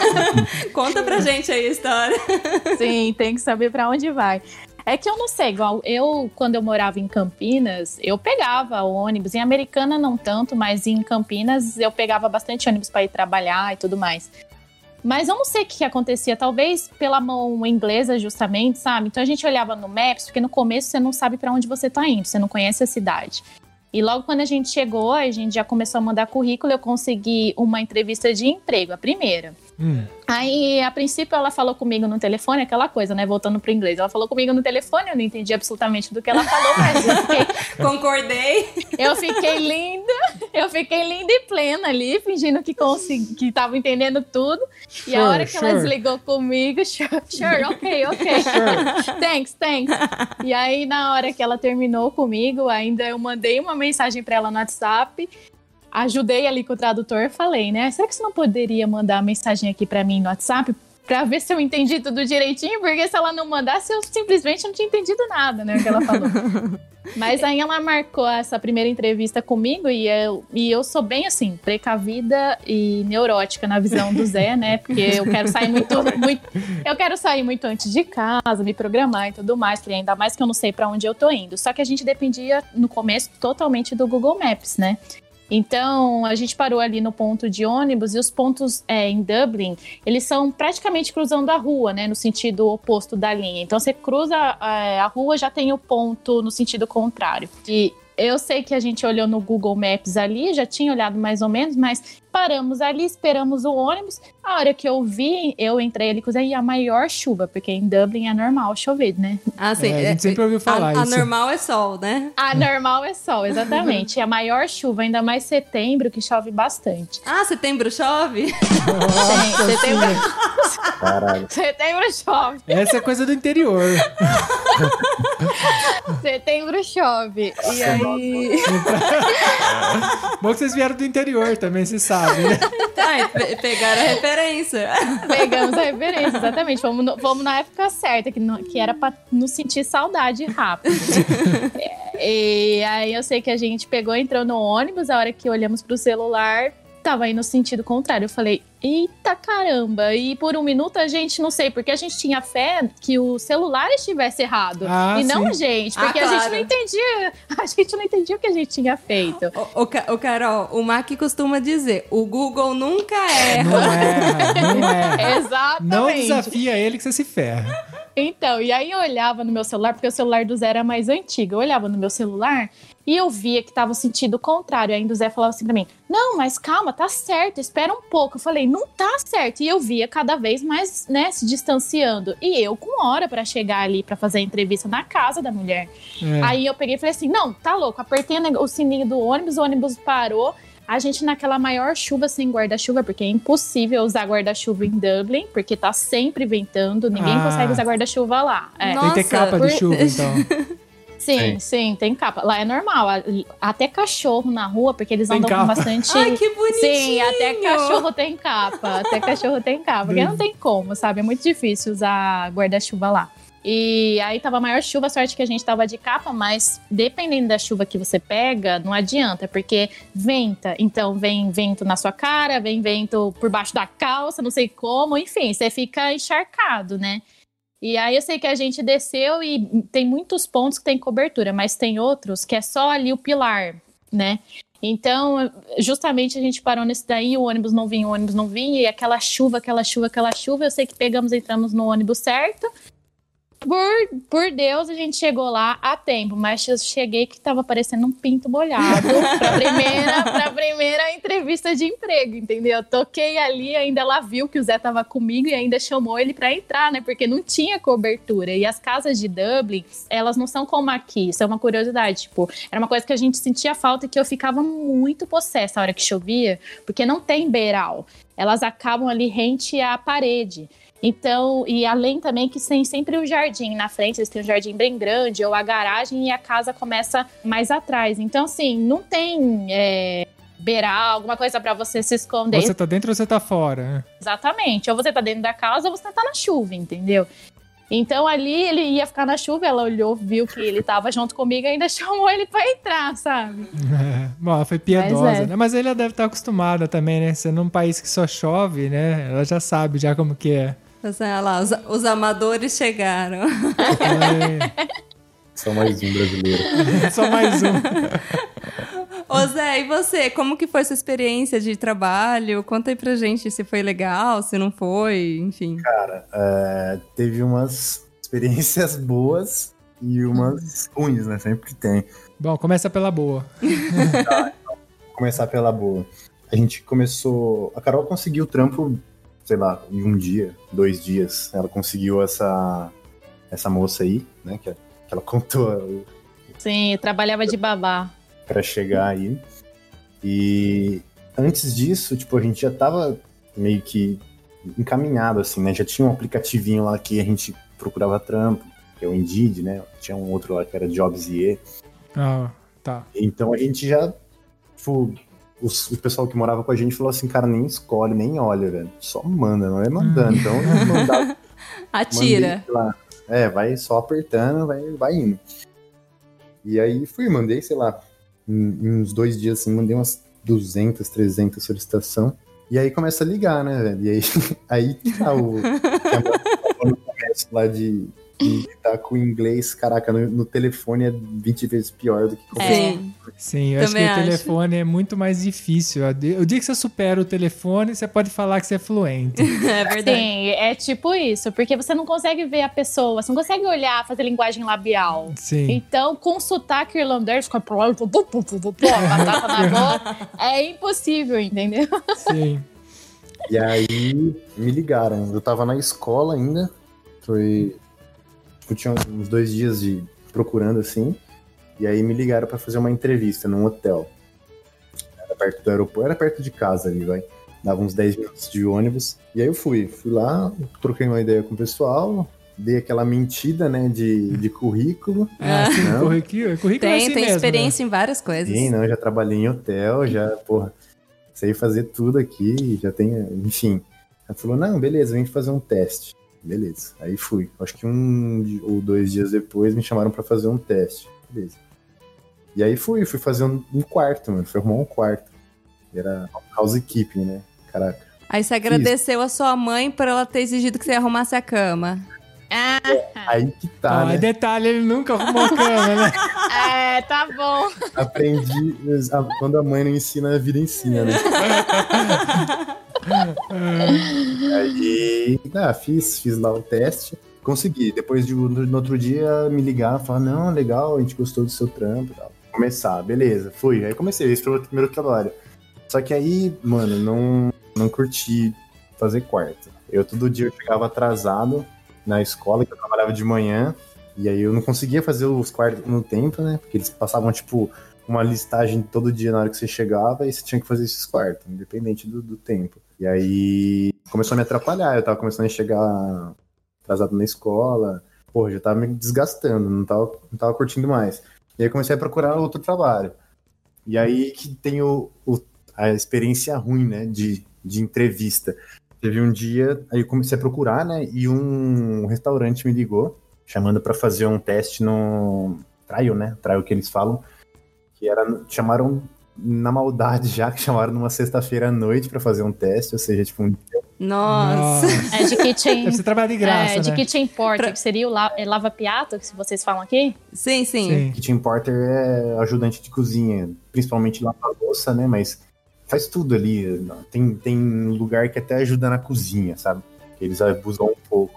Conta pra gente aí a história. Sim, tem que saber pra onde vai. É que eu não sei, igual eu, quando eu morava em Campinas, eu pegava o ônibus. Em Americana não tanto, mas em Campinas eu pegava bastante ônibus para ir trabalhar e tudo mais. Mas eu não sei o que acontecia, talvez pela mão inglesa justamente, sabe? Então a gente olhava no Maps, porque no começo você não sabe para onde você tá indo, você não conhece a cidade. E logo quando a gente chegou, a gente já começou a mandar currículo, eu consegui uma entrevista de emprego, a primeira. Hum. Aí, a princípio, ela falou comigo no telefone, aquela coisa, né? Voltando pro inglês. Ela falou comigo no telefone, eu não entendi absolutamente do que ela falou, mas eu fiquei... Concordei. Eu fiquei linda, eu fiquei linda e plena ali, fingindo que, consegui, que tava entendendo tudo. E sure, a hora que sure. ela desligou comigo, sure, sure, ok, ok. Sure. Thanks, thanks. E aí, na hora que ela terminou comigo, ainda eu mandei uma mensagem pra ela no WhatsApp, ajudei ali com o tradutor, falei, né? Será que você não poderia mandar a mensagem aqui pra mim no WhatsApp pra ver se eu entendi tudo direitinho? Porque se ela não mandasse, eu simplesmente não tinha entendido nada, né? O que ela falou. Mas aí ela marcou essa primeira entrevista comigo e eu, e eu sou bem assim, precavida e neurótica na visão do Zé, né? Porque eu quero sair muito, muito eu quero sair muito antes de casa, me programar e tudo mais, porque ainda mais que eu não sei pra onde eu tô indo. Só que a gente dependia no começo totalmente do Google Maps, né? Então, a gente parou ali no ponto de ônibus e os pontos é, em Dublin, eles são praticamente cruzando a rua, né, no sentido oposto da linha. Então, você cruza é, a rua, já tem o ponto no sentido contrário. E eu sei que a gente olhou no Google Maps ali, já tinha olhado mais ou menos, mas paramos ali, esperamos o ônibus. A hora que eu vi, eu entrei ali e a maior chuva, porque em Dublin é normal chover, né? Ah, sim. É, a gente sempre ouviu falar a, isso. A normal é sol, né? A normal é sol, exatamente. E a maior chuva, ainda mais setembro, que chove bastante. Ah, setembro chove? Sim, setembro... Caralho. Setembro chove. Essa é coisa do interior. Setembro chove. E aí... Bom que vocês vieram do interior também, vocês sabem, né? Ah, pe- pegaram a referência. Pegamos a referência, exatamente. Fomos, no, fomos na época certa, que, no, que era pra nos sentir saudade rápido. E aí eu sei que a gente pegou, entrou no ônibus, a hora que olhamos pro celular, tava indo no sentido contrário. Eu falei, eita caramba. E por um minuto a gente, não sei, porque a gente tinha fé que o celular estivesse errado. Ah, e não sim. a gente, Ah, porque a claro. gente não entendia. A gente não entendia o que a gente tinha feito. O, o, Ca- o Carol, o Mac costuma dizer, o Google nunca erra. Não erra, não erra. Exatamente. Não desafia ele que você se ferra. Então, e aí eu olhava no meu celular, porque o celular do Zé era mais antigo. Eu olhava no meu celular e eu via que tava o sentido contrário. Ainda o Zé falava assim pra mim, não, mas calma, tá certo, espera um pouco. Eu falei, não tá certo. E eu via cada vez mais, né, se distanciando. E eu com hora pra chegar ali pra fazer a entrevista na casa da mulher. É. Aí eu peguei e falei assim, não, tá louco. Apertei o sininho do ônibus, o ônibus parou. A gente naquela maior chuva sem guarda-chuva, porque é impossível usar guarda-chuva em Dublin, porque tá sempre ventando, ninguém Ah. consegue usar guarda-chuva lá. É. Nossa, Tem que ter capa por- de chuva, então. Sim, Sim. sim, tem capa. Lá é normal. a- Até cachorro na rua, porque eles Tem andam capa. com bastante. Ai, que bonitinho. Sim, até cachorro tem capa. Até cachorro tem capa. Porque não tem como, sabe? É muito difícil usar guarda-chuva lá. E aí tava a maior chuva, sorte que a gente tava de capa, mas dependendo da chuva que você pega, não adianta, porque venta. Então vem vento na sua cara, vem vento por baixo da calça, não sei como, enfim, você fica encharcado, né? E aí eu sei que a gente desceu e tem muitos pontos que tem cobertura, mas tem outros que é só ali o pilar, né? Então, justamente a gente parou nesse daí, o ônibus não vinha, o ônibus não vinha, e aquela chuva, aquela chuva, aquela chuva, eu sei que pegamos, entramos no ônibus certo. Por, por Deus, a gente chegou lá a tempo, mas eu cheguei que tava parecendo um pinto molhado pra primeira, pra primeira entrevista de emprego, entendeu? Toquei ali, ainda ela viu que o Zé tava comigo e ainda chamou ele pra entrar, né? Porque não tinha cobertura. E as casas de Dublin, elas não são como aqui, isso é uma curiosidade, tipo, era uma coisa que a gente sentia falta e que eu ficava muito possessa a hora que chovia, porque não tem beiral. Elas acabam ali rente à parede. Então, e além também que tem sempre o jardim na frente, eles têm um jardim bem grande, ou a garagem e a casa começa mais atrás. Então, assim, não tem é, beiral, alguma coisa pra você se esconder. Você tá dentro ou você tá fora? né? Exatamente. Ou você tá dentro da casa ou você tá na chuva, entendeu? Então, ali ele ia ficar na chuva, ela olhou, viu que ele tava junto comigo e ainda chamou ele pra entrar, sabe? É. Bom, ela foi piedosa, Mas é. né? Mas ela deve estar acostumada também, né? Sendo um país que só chove, né? Ela já sabe já como que é. Mas, olha lá, os, os amadores chegaram. É. Só mais um brasileiro. Só mais um. Ô Zé, e você? Como que foi sua experiência de trabalho? Conta aí pra gente se foi legal, se não foi, enfim. Cara, é, teve umas experiências boas e umas ruins, né? Sempre tem. Bom, começa pela boa. Vou começar pela boa. A gente começou... A Carol conseguiu o trampo, sei lá, em um dia, dois dias. Ela conseguiu essa, essa moça aí, né? Que, que ela contou Sim, eu trabalhava de babá. pra chegar aí. E antes disso, tipo, a gente já tava meio que encaminhado, assim, né? Já tinha um aplicativinho lá que a gente procurava trampo, que é o Indeed, né? Tinha um outro lá que era Jobs I E. Ah, tá. Então a gente já... Tipo, os- o pessoal que morava com a gente falou assim, cara, nem escolhe, nem olha, velho. Só manda, não é mandando. Então eu mandava, Atira. mandei lá. É, vai só apertando, vai, vai indo. E aí fui, mandei, sei lá, em, em uns dois dias, assim, mandei umas duzentas, trezentas solicitação. E aí começa a ligar, né, velho? E aí, aí tá o... no começo lá de... E tá com o inglês, caraca, no, no telefone é vinte vezes pior do que qualquer Sim. Sim, eu acho que Também o acho. telefone é muito mais difícil. O dia que você supera o telefone, você pode falar que você é fluente. É verdade. Sim, é tipo isso, porque você não consegue ver a pessoa, você não consegue olhar, fazer linguagem labial. Sim. Então, com sotaque irlandês, com a batata na boca, é impossível, entendeu? Sim. E aí me ligaram. Eu tava na escola ainda. Foi. Eu tinha uns dois dias de procurando assim. E aí me ligaram pra fazer uma entrevista num hotel. Era perto do aeroporto, era perto de casa ali, vai. Dava uns dez minutos de ônibus. E aí eu fui. Fui lá, troquei uma ideia com o pessoal. Dei aquela mentida, né, de, de currículo. Ah, sim, Não. currículo, currículo é Tem, assim tem mesmo, experiência em várias coisas. Sim, não, eu já trabalhei em hotel, já, porra, sei fazer tudo aqui, já tenho, enfim. Ela falou, não, beleza, vem fazer um teste. Beleza, aí fui. Acho que um ou dois dias depois me chamaram pra fazer um teste. Beleza. E aí fui, fui fazer um, um quarto, mano, fui arrumar um quarto. Era housekeeping, né? Caraca. Aí você agradeceu a sua mãe por ela ter exigido que você arrumasse a cama. Ah, Aí que tá, Ah, né? detalhe, ele nunca arrumou cama, né? é, tá bom. Aprendi, a- quando a mãe não ensina, a vida ensina, né? Aí, ah, fiz, fiz lá o teste, consegui. Depois, de, no, no outro dia, me ligar, falar, não, legal, a gente gostou do seu trampo e tal. Começar, beleza, fui. Aí comecei, esse foi o primeiro trabalho. Só que aí, mano, não, não curti fazer quarto. Eu, todo dia, eu chegava atrasado na escola, que eu trabalhava de manhã, e aí eu não conseguia fazer os quartos no tempo, né? Porque eles passavam, tipo, uma listagem todo dia na hora que você chegava, e você tinha que fazer esses quartos, independente do, do tempo. E aí começou a me atrapalhar, eu tava começando a chegar atrasado na escola, porra, já tava me desgastando, não tava, não tava curtindo mais. E aí comecei a procurar outro trabalho. E aí que tem o, o, a experiência ruim, né, de, de entrevista. Teve um dia, aí eu comecei a procurar, né, e um restaurante me ligou, chamando pra fazer um teste no trial, né, trial que eles falam, que era, chamaram na maldade já, que chamaram numa sexta-feira à noite pra fazer um teste, ou seja, tipo um... Nossa. É de kitchen. Deve ser trabalho de graça, é, de né? kitchen porter, Pra- que seria o la- é lava-piato, que vocês falam aqui. Sim, sim. Sim. Kitchen Porter é ajudante de cozinha, principalmente lavar a louça, né? Mas faz tudo ali. Tem, tem lugar que até ajuda na cozinha, sabe? Que eles abusam um pouco.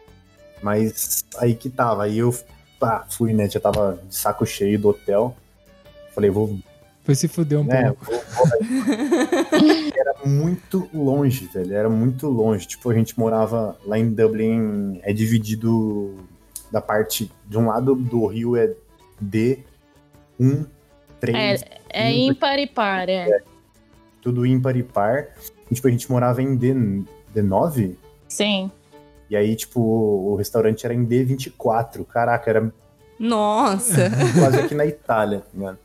Mas aí que tava. Aí eu pá, fui, né? Já tava de saco cheio do hotel. Falei, vou. Foi se fuder um né, pouco. vou, vou... Era muito longe, velho. Era muito longe. Tipo, a gente morava lá em Dublin. É dividido da parte. De um lado do rio é D, um, três. É ímpar e par, é. Tudo ímpar e par. E, tipo, a gente morava em D, D9. Sim. E aí, tipo, o restaurante era em D vinte e quatro. Caraca, era Nossa. quase aqui na Itália, tá ligado?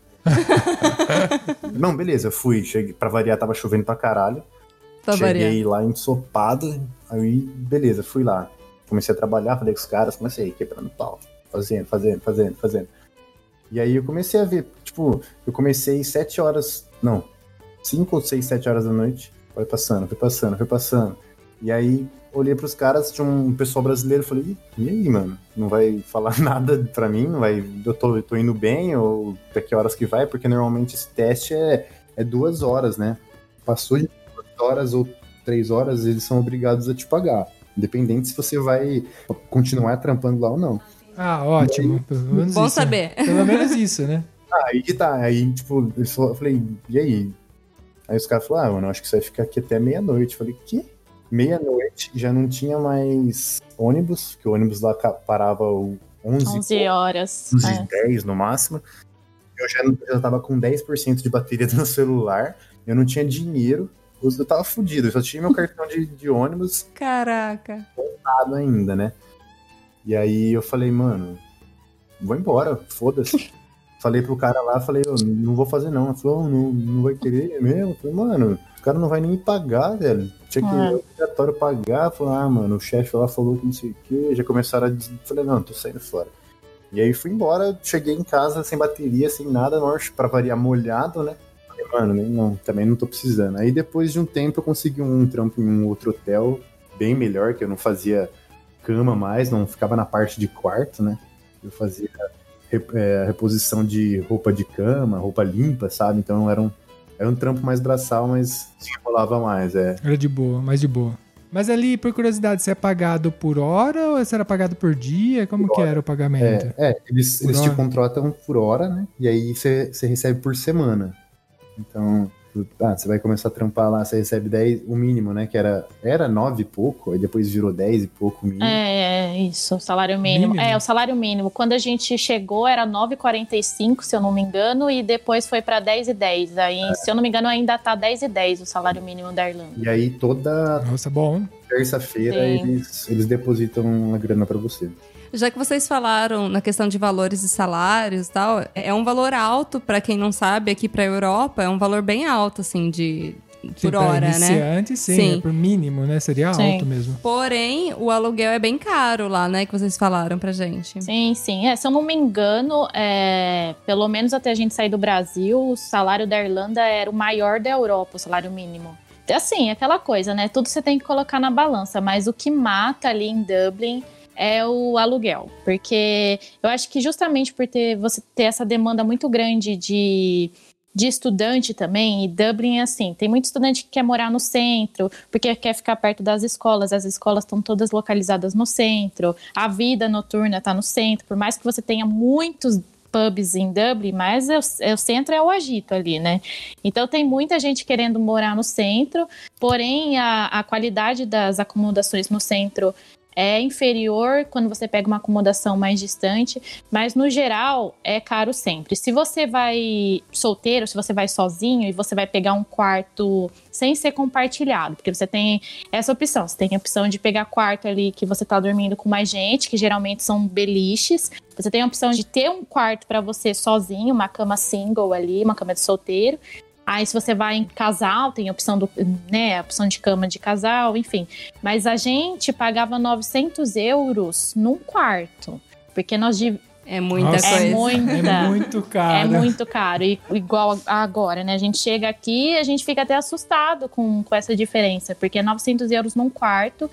Não, beleza, eu fui. Cheguei, pra variar, tava chovendo pra caralho. Pra Cheguei variar. lá ensopado. Aí, beleza, fui lá. Comecei a trabalhar, falei com os caras, comecei quebrando pau. Fazendo, fazendo, fazendo, fazendo. E aí eu comecei a ver, tipo, eu comecei sete horas, não, cinco ou seis, sete horas da noite. Foi passando, foi passando, foi passando. E aí olhei pros caras, tinha um pessoal brasileiro, falei, e aí, mano? Não vai falar nada pra mim? Não vai, eu tô, eu tô indo bem? Ou daqui a horas que vai? Porque normalmente esse teste é, é duas horas, né? Passou de duas horas ou três horas, eles são obrigados a te pagar. Independente se você vai continuar trampando lá ou não. Ah, ótimo. Pelo menos Bom isso, né? saber. Pelo menos isso, né? Aí que tá, aí, tipo, eles falaram, eu falei, e aí? Aí os caras falaram, ah, mano, acho que você vai ficar aqui até meia-noite. Eu falei, que? Meia-noite, já não tinha mais ônibus, que o ônibus lá ca- parava o onze, onze horas. onze É. e dez no máximo. Eu já, não- já tava com dez por cento de bateria no celular, eu não tinha dinheiro, eu tava fudido, eu só tinha meu cartão de, de ônibus Caraca. dado ainda, né? E aí eu falei, mano, vou embora, foda-se. Falei pro cara lá, falei, eu não vou fazer não. Ele falou, "Oh, não, não vai querer mesmo?" Eu falei, mano, o cara não vai nem me pagar, velho. Tinha que Ah. ir obrigatório pagar. Falei, ah, mano, o chefe lá falou que não sei o quê. Já começaram a dizer, falei, não, tô saindo fora. E aí fui embora, cheguei em casa sem bateria, sem nada, pra variar molhado, né? Falei, mano, nem, não, também não tô precisando. Aí depois de um tempo eu consegui um trampo em um outro hotel, bem melhor, que eu não fazia cama mais, não ficava na parte de quarto, né? Eu fazia é, reposição de roupa de cama, roupa limpa, sabe? Então era um, era um trampo mais braçal, mas se enrolava mais, é. Era de boa, mais de boa. Mas ali, por curiosidade, você é pagado por hora ou você era pagado por dia? Como Por que hora. era o pagamento? É, é eles, Por eles te hora? contratam por hora, né? E aí você você recebe por semana. Então, ah, você vai começar a trampar lá, você recebe dez, o mínimo, né? Que era, era nove e pouco, aí depois virou dez e pouco o mínimo. É, é, isso, o salário mínimo. Mínimo? É, o salário mínimo. Quando a gente chegou era nove e quarenta e cinco, se eu não me engano, e depois foi pra dez e dez. Aí, se eu não me engano, ainda tá dez e dez o salário mínimo da Irlanda. E aí toda Nossa, bom. terça-feira Sim. eles, eles depositam a grana pra você. Já que vocês falaram na questão de valores e salários e tal, é um valor alto, pra quem não sabe, aqui pra Europa, é um valor bem alto, assim, de por pra hora, né? iniciante, sim, Sim. né? Por mínimo, né? Seria Sim. alto mesmo. Porém, o aluguel é bem caro lá, né? Que vocês falaram pra gente. Sim, sim. É, se eu não me engano, é, pelo menos até a gente sair do Brasil, o salário da Irlanda era o maior da Europa, o salário mínimo. Assim, aquela coisa, né? Tudo você tem que colocar na balança, mas o que mata ali em Dublin é o aluguel. Porque eu acho que justamente por ter, você ter essa demanda muito grande de, de estudante também, e Dublin é assim, tem muito estudante que quer morar no centro, porque quer ficar perto das escolas, as escolas estão todas localizadas no centro, a vida noturna está no centro, por mais que você tenha muitos pubs em Dublin, mas é o, é o centro é o agito ali, né? Então tem muita gente querendo morar no centro, porém a, a qualidade das acomodações no centro é inferior quando você pega uma acomodação mais distante, mas no geral é caro sempre. Se você vai solteiro, se você vai sozinho e você vai pegar um quarto sem ser compartilhado, porque você tem essa opção, você tem a opção de pegar quarto ali que você tá dormindo com mais gente, que geralmente são beliches. Você tem a opção de ter um quarto para você sozinho, uma cama single ali, uma cama de solteiro. Aí, se você vai em casal, tem a opção, do, né, a opção de cama de casal, enfim. Mas a gente pagava novecentos euros num quarto. Porque nós... div- É muita Nossa, coisa. É muita. É muito caro. É muito caro. E, igual agora, né? A gente chega aqui e a gente fica até assustado com, com essa diferença. Porque é novecentos euros num quarto.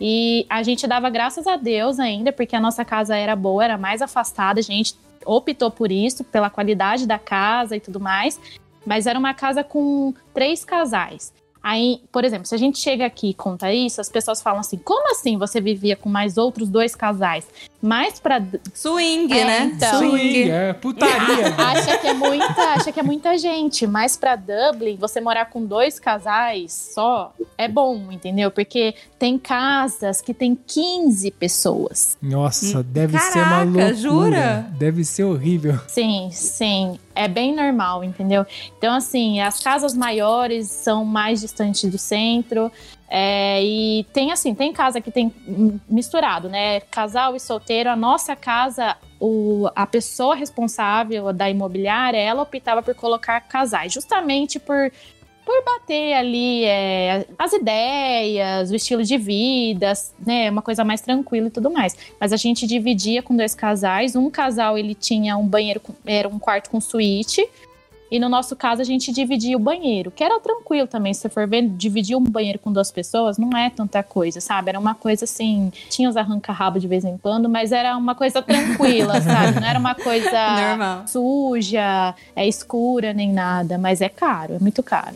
E a gente dava graças a Deus ainda, porque a nossa casa era boa, era mais afastada. A gente optou por isso, pela qualidade da casa e tudo mais. Mas era uma casa com três casais. Aí, por exemplo, se a gente chega aqui e conta isso, as pessoas falam assim, como assim você vivia com mais outros dois casais? Mais pra... Swing, É, né? então. Swing, é putaria. acha, que é muita, acha que é muita gente, mas pra Dublin, você morar com dois casais só é bom, entendeu? Porque tem casas que tem quinze pessoas. Nossa, deve Caraca, ser uma loucura. jura? Deve ser horrível. Sim, sim. É bem normal, entendeu? Então, assim, as casas maiores são mais distantes do centro. É, e tem, assim, tem casa que tem misturado, né? Casal e solteiro. A nossa casa, o, a pessoa responsável da imobiliária, ela optava por colocar casais. Justamente por... por bater ali é, as ideias, o estilo de vida, né, uma coisa mais tranquila e tudo mais. Mas a gente dividia com dois casais. Um casal, ele tinha um banheiro, com, era um quarto com suíte. E no nosso caso, a gente dividia o banheiro, que era tranquilo também. Se você for ver, dividir um banheiro com duas pessoas não é tanta coisa, sabe? Era uma coisa assim, tinha os arranca-rabo de vez em quando, mas era uma coisa tranquila, sabe? Não era uma coisa Normal. suja, é, escura, nem nada. Mas é caro, é muito caro.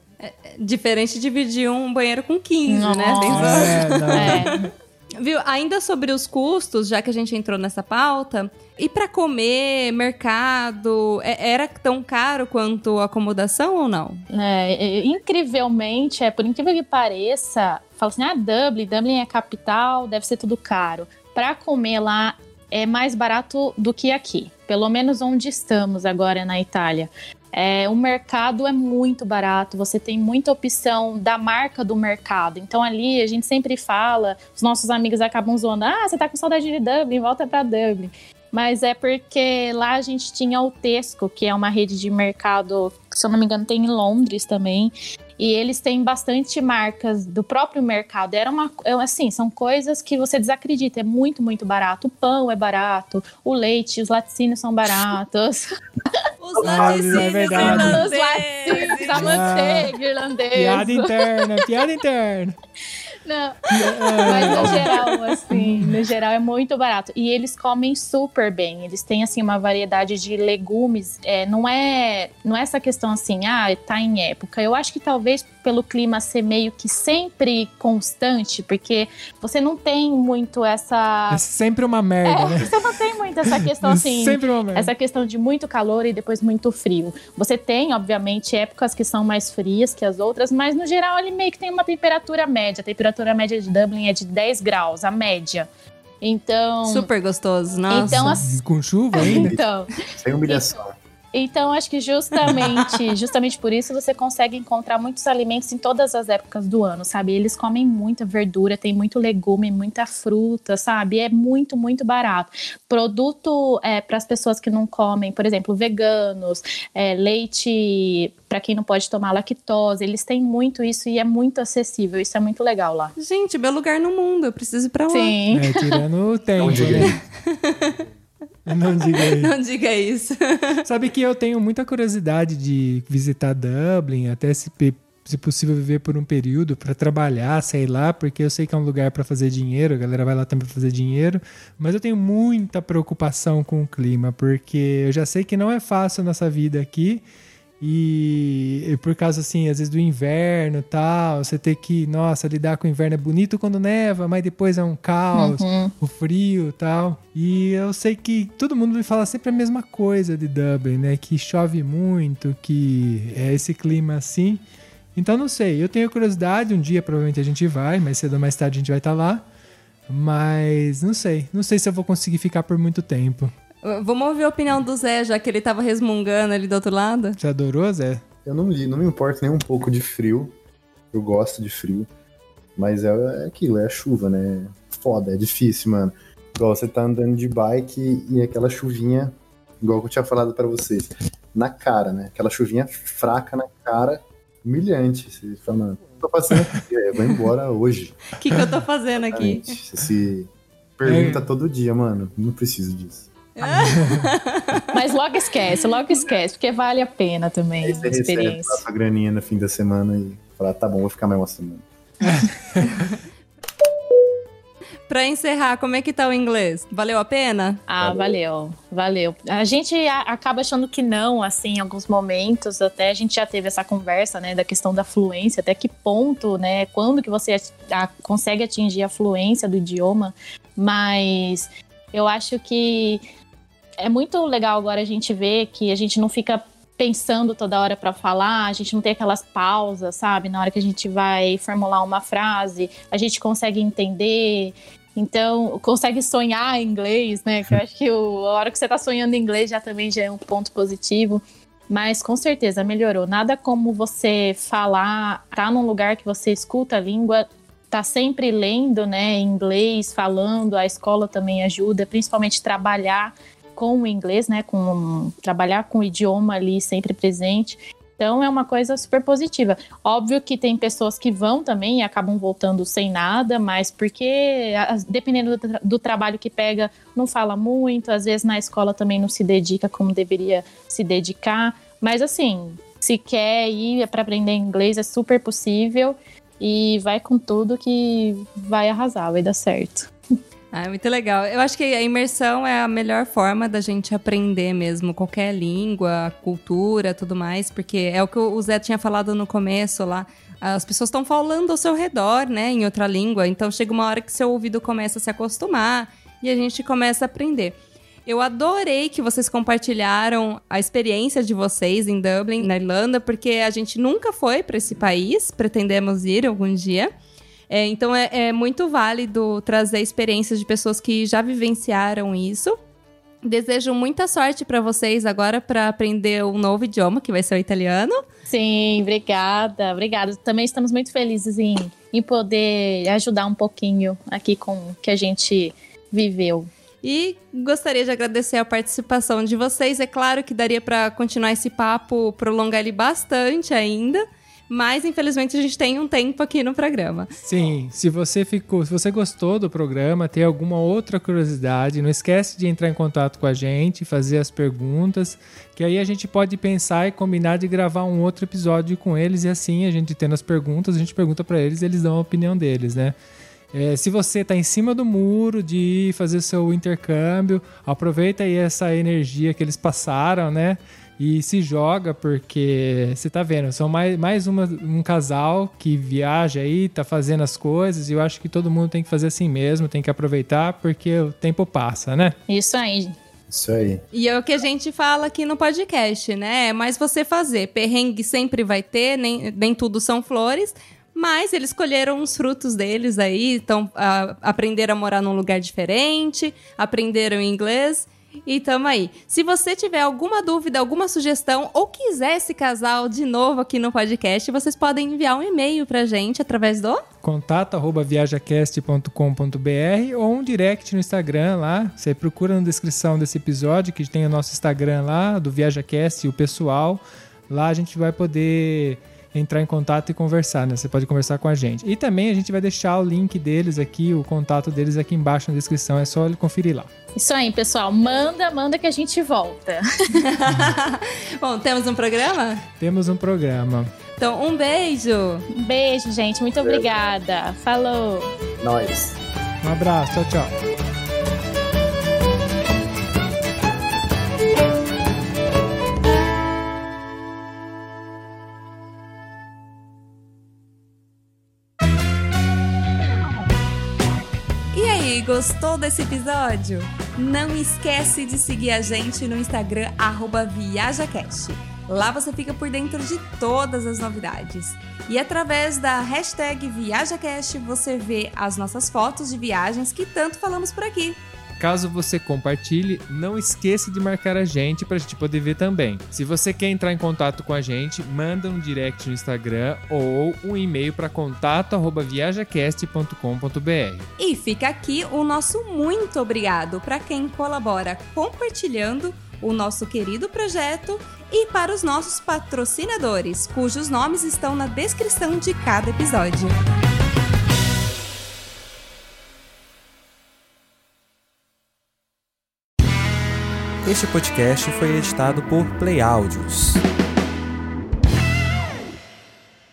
Diferente de dividir um banheiro com quinze, Nossa. né? Tem só- É, não. É. Viu? Ainda sobre os custos, já que a gente entrou nessa pauta, e pra comer, mercado, é- era tão caro quanto a acomodação ou não? É, é, incrivelmente, é, por incrível que pareça, fala assim, ah, Dublin, Dublin é capital, deve ser tudo caro. Pra comer lá é mais barato do que aqui, pelo menos onde estamos agora na Itália. É, o mercado é muito barato, você tem muita opção da marca do mercado. Então ali a gente sempre fala, os nossos amigos acabam zoando, ah, você tá com saudade de Dublin, volta pra Dublin. Mas é porque lá a gente tinha o Tesco, que é uma rede de mercado, que, se eu não me engano, tem em Londres também. E eles têm bastante marcas do próprio mercado. Era uma, assim, são coisas que você desacredita. É muito, muito barato. O pão é barato, o leite, os laticínios são baratos. Os Ah, laticínios é verdade. Os irlandeses. laticínios, a manteiga irlandesa. Piada interna, piada interna. Não, mas no geral, assim, no geral é muito barato. E eles comem super bem. Eles têm, assim, uma variedade de legumes. É, não é, não é essa questão assim, ah, tá em época. Eu acho que talvez pelo clima ser meio que sempre constante, porque você não tem muito essa... É sempre uma merda, É, né? você não tem muito essa questão, assim... Sempre uma merda. Essa questão de muito calor e depois muito frio. Você tem, obviamente, épocas que são mais frias que as outras, mas no geral ele meio que tem uma temperatura média. A temperatura média de Dublin é de dez graus, a média. Então... Super gostoso, nossa. Então, assim, Com chuva ainda? então, Sem humilhação. Então, acho que justamente, justamente por isso você consegue encontrar muitos alimentos em todas as épocas do ano, sabe? Eles comem muita verdura, tem muito legume, muita fruta, sabe? É muito, muito barato. Produto é, para as pessoas que não comem, por exemplo, veganos, é, leite para quem não pode tomar lactose, eles têm muito isso e é muito acessível, isso é muito legal lá. Gente, meu lugar no mundo, eu preciso ir pra lá. Sim. É, tirando o tempo, Não diga né? Não diga isso. Não diga isso. Sabe que eu tenho muita curiosidade de visitar Dublin, até se, se possível viver por um período para trabalhar, sei lá, porque eu sei que é um lugar para fazer dinheiro, a galera vai lá também para fazer dinheiro, mas eu tenho muita preocupação com o clima, porque eu já sei que não é fácil nossa vida aqui. E, e por causa, assim, às vezes do inverno e tal, você ter que, nossa, lidar com o inverno é bonito quando neva, mas depois é um caos, Uhum. o frio e tal. E eu sei que todo mundo me fala sempre a mesma coisa de Dublin, né? Que chove muito, que é esse clima assim. Então, não sei, eu tenho curiosidade, um dia provavelmente a gente vai, mais cedo ou mais tarde a gente vai estar lá. Mas não sei, não sei se eu vou conseguir ficar por muito tempo. Vamos ouvir a opinião do Zé, já que ele tava resmungando ali do outro lado. Você adorou, Zé? Eu não li, não me importo nem um pouco de frio. Eu gosto de frio. Mas é, é aquilo, é a chuva, né? Foda, é difícil, mano. Igual você tá andando de bike e aquela chuvinha, igual que eu tinha falado pra vocês, na cara, né? Aquela chuvinha fraca na cara, humilhante. Você fala, mano, o que eu tô fazendo aqui? Eu vou embora hoje. O que, que eu tô fazendo aqui? Você se pergunta todo dia, mano, não preciso disso. Mas logo esquece, logo esquece, porque vale a pena também Aí a você recebe experiência. a sua graninha no fim da semana e fala, tá bom, vou ficar mais uma semana. Pra encerrar, como é que tá o inglês? Valeu a pena? Ah, valeu, valeu. A gente a- acaba achando que não, assim, em alguns momentos, até a gente já teve essa conversa, né, da questão da fluência, até que ponto, né, quando que você a- consegue atingir a fluência do idioma, mas eu acho que é muito legal agora a gente ver que a gente não fica pensando toda hora pra falar, a gente não tem aquelas pausas, sabe? Na hora que a gente vai formular uma frase, a gente consegue entender, então consegue sonhar em inglês, né? Que eu acho que o, a hora que você tá sonhando em inglês já também já é um ponto positivo. Mas com certeza melhorou. Nada como você falar, tá num lugar que você escuta a língua, tá sempre lendo, né, em inglês, falando, a escola também ajuda, principalmente trabalhar com o inglês, né, com, trabalhar com o idioma ali sempre presente. Então é uma coisa super positiva. Óbvio que tem pessoas que vão também e acabam voltando sem nada, mas porque dependendo do, tra- do trabalho que pega, não fala muito, às vezes na escola também não se dedica como deveria se dedicar. Mas assim, se quer ir para aprender inglês é super possível e vai com tudo que vai arrasar, vai dar certo. Ah, muito legal. Eu acho que a imersão é a melhor forma da gente aprender mesmo qualquer língua, cultura, tudo mais, porque é o que o Zé tinha falado no começo lá. As pessoas estão falando ao seu redor, né, em outra língua, então chega uma hora que seu ouvido começa a se acostumar e a gente começa a aprender. Eu adorei que vocês compartilharam a experiência de vocês em Dublin, na Irlanda, porque a gente nunca foi para esse país, pretendemos ir algum dia. É, então é, é muito válido trazer experiências de pessoas que já vivenciaram isso. Desejo muita sorte para vocês agora para aprender um novo idioma, que vai ser o italiano. Sim, obrigada, obrigada. Também estamos muito felizes em, em poder ajudar um pouquinho aqui com o que a gente viveu. E gostaria de agradecer a participação de vocês. É claro que daria para continuar esse papo, prolongar ele bastante ainda. Mas, infelizmente, a gente tem um tempo aqui no programa. Sim, se você ficou, se você gostou do programa, tem alguma outra curiosidade, não esquece de entrar em contato com a gente, fazer as perguntas, que aí a gente pode pensar e combinar de gravar um outro episódio com eles e assim a gente tendo as perguntas, a gente pergunta para eles e eles dão a opinião deles, né? É, se você está em cima do muro de fazer seu intercâmbio, aproveita aí essa energia que eles passaram, né? E se joga, porque você tá vendo, são mais, mais uma, um casal que viaja aí, tá fazendo as coisas, e eu acho que todo mundo tem que fazer assim mesmo, tem que aproveitar, porque o tempo passa, né? Isso aí. Isso aí. E é o que a gente fala aqui no podcast, né? É mais você fazer. Perrengue sempre vai ter, nem, nem tudo são flores, mas eles colheram os frutos deles aí, então a, aprenderam a morar num lugar diferente, aprenderam inglês. E tamo aí. Se você tiver alguma dúvida, alguma sugestão ou quiser se casar de novo aqui no podcast, vocês podem enviar um e-mail pra gente através do contato arroba viajacast ponto com ponto b r ou um direct no Instagram lá. Você procura na descrição desse episódio que tem o nosso Instagram lá, do ViajaCast e o pessoal. Lá a gente vai poder entrar em contato e conversar, né? Você pode conversar com a gente. E também a gente vai deixar o link deles aqui, o contato deles aqui embaixo na descrição. É só ele conferir lá. Isso aí, pessoal. Manda, manda que a gente volta. Bom, temos um programa? Temos um programa. Então, um beijo. Um beijo, gente. Muito obrigada. Falou. Nós. Um abraço. Tchau, tchau. Gostou desse episódio? Não esquece de seguir a gente no Instagram arroba ViajaCast. Lá você fica por dentro de todas as novidades. E através da hashtag ViajaCast você vê as nossas fotos de viagens que tanto falamos por aqui. Caso você compartilhe, não esqueça de marcar a gente para a gente poder ver também. Se você quer entrar em contato com a gente, manda um direct no Instagram ou um e-mail para contato arroba viajacast ponto com ponto b r. E fica aqui o nosso muito obrigado para quem colabora compartilhando o nosso querido projeto e para os nossos patrocinadores, cujos nomes estão na descrição de cada episódio. Este podcast foi editado por Play Áudios.